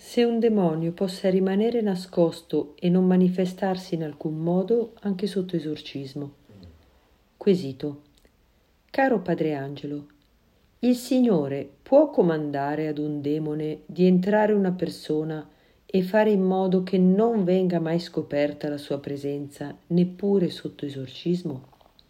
se un demonio possa rimanere nascosto e non manifestarsi in alcun modo anche sotto esorcismo. Quesito. Caro Padre Angelo, il Signore può comandare ad un demone di entrare una persona e fare in modo che non venga mai scoperta la sua presenza, neppure sotto esorcismo?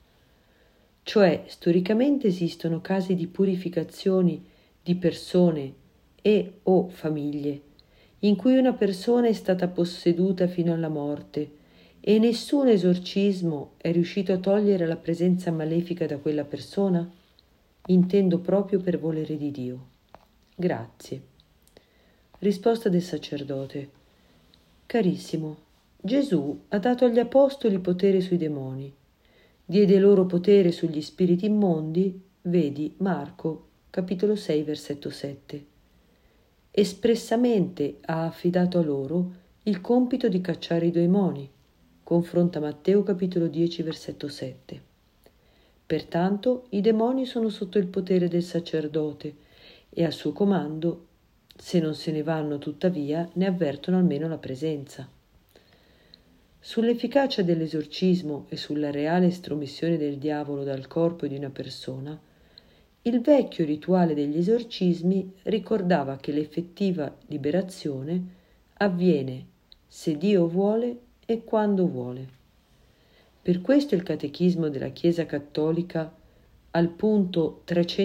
Cioè, storicamente esistono casi di purificazioni di persone e o famiglie in cui una persona è stata posseduta fino alla morte e nessun esorcismo è riuscito a togliere la presenza malefica da quella persona? Intendo proprio per volere di Dio. Grazie. Risposta del sacerdote. Carissimo, Gesù ha dato agli apostoli potere sui demoni. Diede loro potere sugli spiriti immondi, vedi Marco, capitolo 6, versetto 7. Espressamente ha affidato a loro il compito di cacciare i demoni. Confronta Matteo, capitolo 10, versetto 7. Pertanto i demoni sono sotto il potere del sacerdote e a suo comando, se non se ne vanno tuttavia, ne avvertono almeno la presenza. Sull'efficacia dell'esorcismo e sulla reale estromissione del diavolo dal corpo di una persona, il vecchio rituale degli esorcismi ricordava che l'effettiva liberazione avviene se Dio vuole e quando vuole. Per questo il Catechismo della Chiesa Cattolica, al punto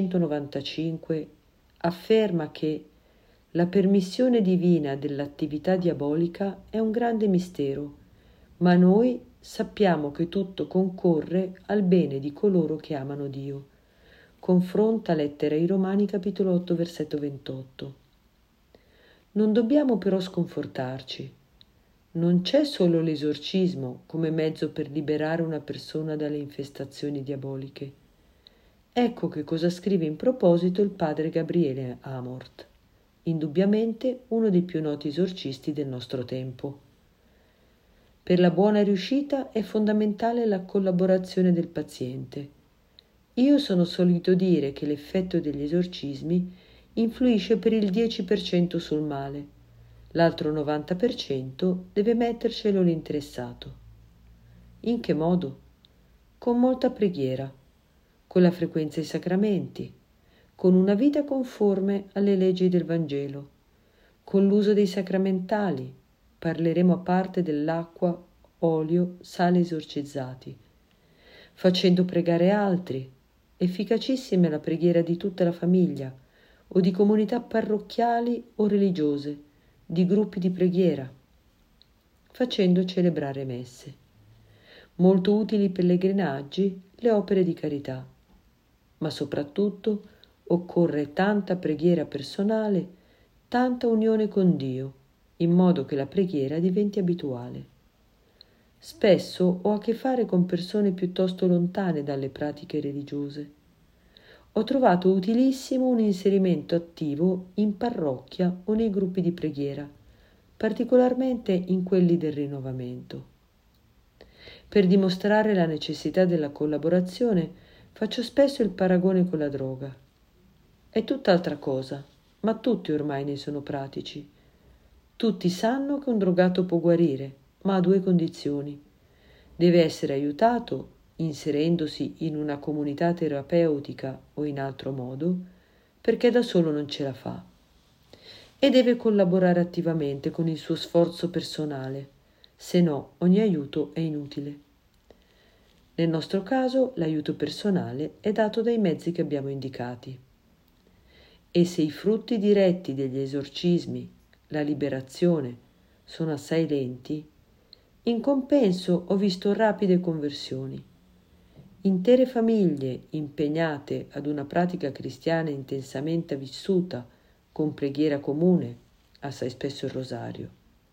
395, afferma che la permissione divina dell'attività diabolica è un grande mistero, ma noi sappiamo che tutto concorre al bene di coloro che amano Dio. Confronta Lettera ai Romani, capitolo 8, versetto 28. Non dobbiamo però sconfortarci. Non c'è solo l'esorcismo come mezzo per liberare una persona dalle infestazioni diaboliche. Ecco che cosa scrive in proposito il padre Gabriele Amort, indubbiamente uno dei più noti esorcisti del nostro tempo. Per la buona riuscita è fondamentale la collaborazione del paziente. Io sono solito dire che l'effetto degli esorcismi influisce per il 10% sul male, l'altro 90% deve mettercelo l'interessato. In che modo? Con molta preghiera, con la frequenza ai sacramenti, con una vita conforme alle leggi del Vangelo, con l'uso dei sacramentali, parleremo a parte dell'acqua, olio, sale esorcizzati, facendo pregare altri. Efficacissima è la preghiera di tutta la famiglia, o di comunità parrocchiali o religiose, di gruppi di preghiera, facendo celebrare messe. Molto utili i pellegrinaggi, le opere di carità, ma soprattutto occorre tanta preghiera personale, tanta unione con Dio, in modo che la preghiera diventi abituale. Spesso ho a che fare con persone piuttosto lontane dalle pratiche religiose. Ho trovato utilissimo un inserimento attivo in parrocchia o nei gruppi di preghiera, particolarmente in quelli del rinnovamento. Per dimostrare la necessità della collaborazione faccio spesso il paragone con la droga. È tutt'altra cosa, ma tutti ormai ne sono pratici. Tutti sanno che un drogato può guarire, ma ha due condizioni. Deve essere aiutato, inserendosi in una comunità terapeutica o in altro modo, perché da solo non ce la fa. E deve collaborare attivamente con il suo sforzo personale, se no ogni aiuto è inutile. Nel nostro caso l'aiuto personale è dato dai mezzi che abbiamo indicati. E se i frutti diretti degli esorcismi, la liberazione, sono assai lenti, in compenso ho visto rapide conversioni. Intere famiglie impegnate ad una pratica cristiana intensamente vissuta, con preghiera comune, assai spesso il rosario.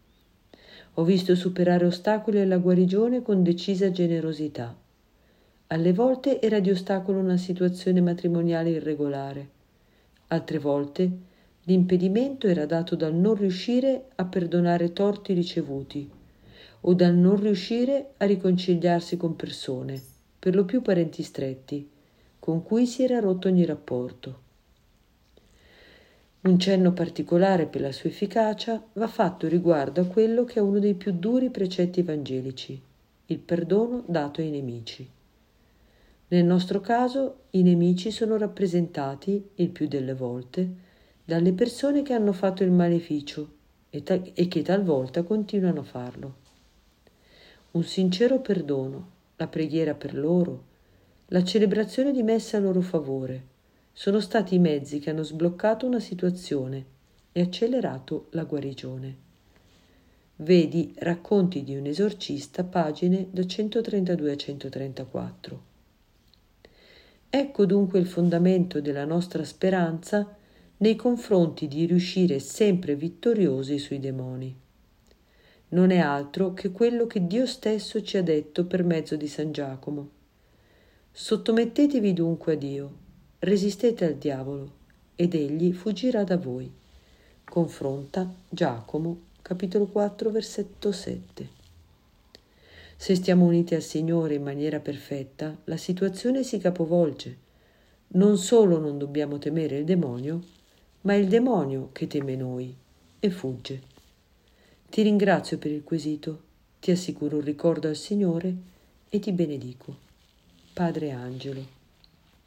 Ho visto superare ostacoli alla guarigione con decisa generosità. Alle volte era di ostacolo una situazione matrimoniale irregolare, altre volte l'impedimento era dato dal non riuscire a perdonare torti ricevuti o dal non riuscire a riconciliarsi con persone, per lo più parenti stretti, con cui si era rotto ogni rapporto. Un cenno particolare per la sua efficacia va fatto riguardo a quello che è uno dei più duri precetti evangelici, il perdono dato ai nemici. Nel nostro caso i nemici sono rappresentati, il più delle volte, dalle persone che hanno fatto il maleficio e che talvolta continuano a farlo. Un sincero perdono, la preghiera per loro, la celebrazione di messe a loro favore sono stati i mezzi che hanno sbloccato una situazione e accelerato la guarigione. Vedi Racconti di un esorcista, pagine da 132 a 134. Ecco dunque il fondamento della nostra speranza nei confronti di riuscire sempre vittoriosi sui demoni. Non è altro che quello che Dio stesso ci ha detto per mezzo di San Giacomo. Sottomettetevi dunque a Dio, resistete al diavolo, ed egli fuggirà da voi. Confronta Giacomo, capitolo 4, versetto 7. Se stiamo uniti al Signore in maniera perfetta, la situazione si capovolge. Non solo non dobbiamo temere il demonio, ma è il demonio che teme noi e fugge. Ti ringrazio per il quesito, ti assicuro un ricordo al Signore e ti benedico. Padre Angelo.